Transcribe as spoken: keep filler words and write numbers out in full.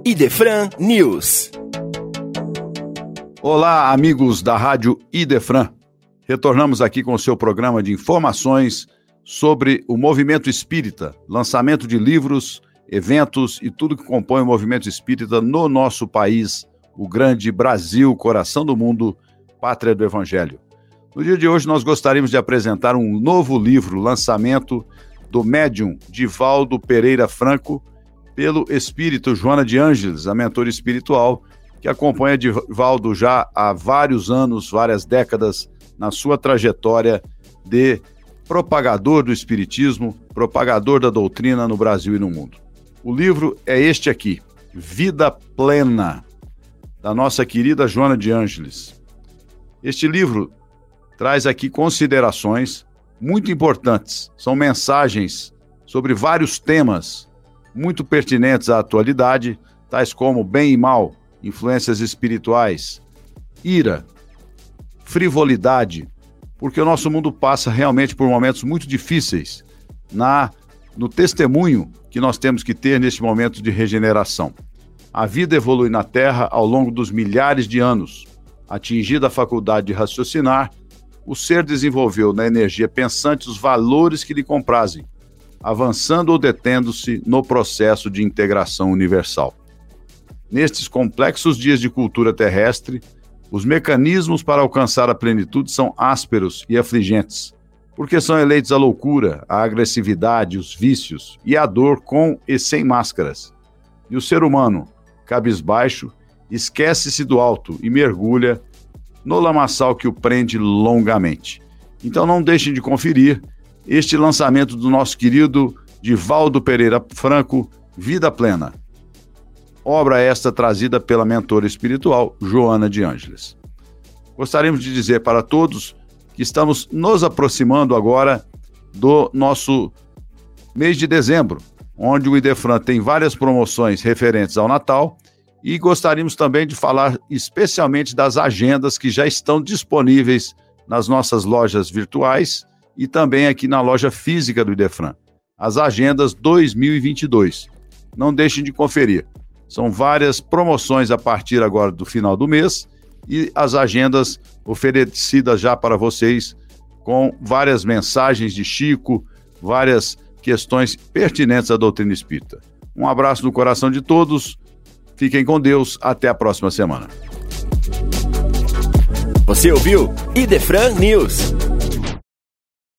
Idefran News. Olá, amigos da Rádio Idefran. Retornamos aqui com o seu programa de informações sobre o movimento espírita, lançamento de livros, eventos e tudo que compõe o movimento espírita no nosso país, o grande Brasil, coração do mundo, pátria do Evangelho. No dia de hoje nós gostaríamos de apresentar um novo livro, lançamento do médium Divaldo Pereira Franco, pelo espírito Joana de Ângeles, a mentora espiritual, que acompanha Divaldo já há vários anos, várias décadas, na sua trajetória de propagador do espiritismo, propagador da doutrina no Brasil e no mundo. O livro é este aqui, Vida Plena, da nossa querida Joana de Ângeles. Este livro traz aqui considerações muito importantes, são mensagens sobre vários temas muito pertinentes à atualidade, tais como bem e mal, influências espirituais, ira, frivolidade, porque o nosso mundo passa realmente por momentos muito difíceis na, no testemunho que nós temos que ter neste momento de regeneração. A vida evolui na Terra ao longo dos milhares de anos. Atingida a faculdade de raciocinar, o ser desenvolveu na energia pensante os valores que lhe comprazem, avançando ou detendo-se no processo de integração universal. Nestes complexos dias de cultura terrestre, os mecanismos para alcançar a plenitude são ásperos e afligentes, porque são eleitos a loucura, a agressividade, os vícios e a dor com e sem máscaras. E o ser humano, cabisbaixo, esquece-se do alto e mergulha no lamaçal que o prende longamente. Então não deixem de conferir este lançamento do nosso querido Divaldo Pereira Franco, Vida Plena. Obra esta trazida pela mentora espiritual Joana de Ângeles. Gostaríamos de dizer para todos que estamos nos aproximando agora do nosso mês de dezembro, onde o Idefran tem várias promoções referentes ao Natal, e gostaríamos também de falar especialmente das agendas que já estão disponíveis nas nossas lojas virtuais e também aqui na loja física do Idefran. As agendas dois mil e vinte e dois. Não deixem de conferir. São várias promoções a partir agora do final do mês e as agendas oferecidas já para vocês com várias mensagens de Chico, várias questões pertinentes à doutrina espírita. Um abraço no coração de todos. Fiquem com Deus. Até a próxima semana. Você ouviu Idefran News.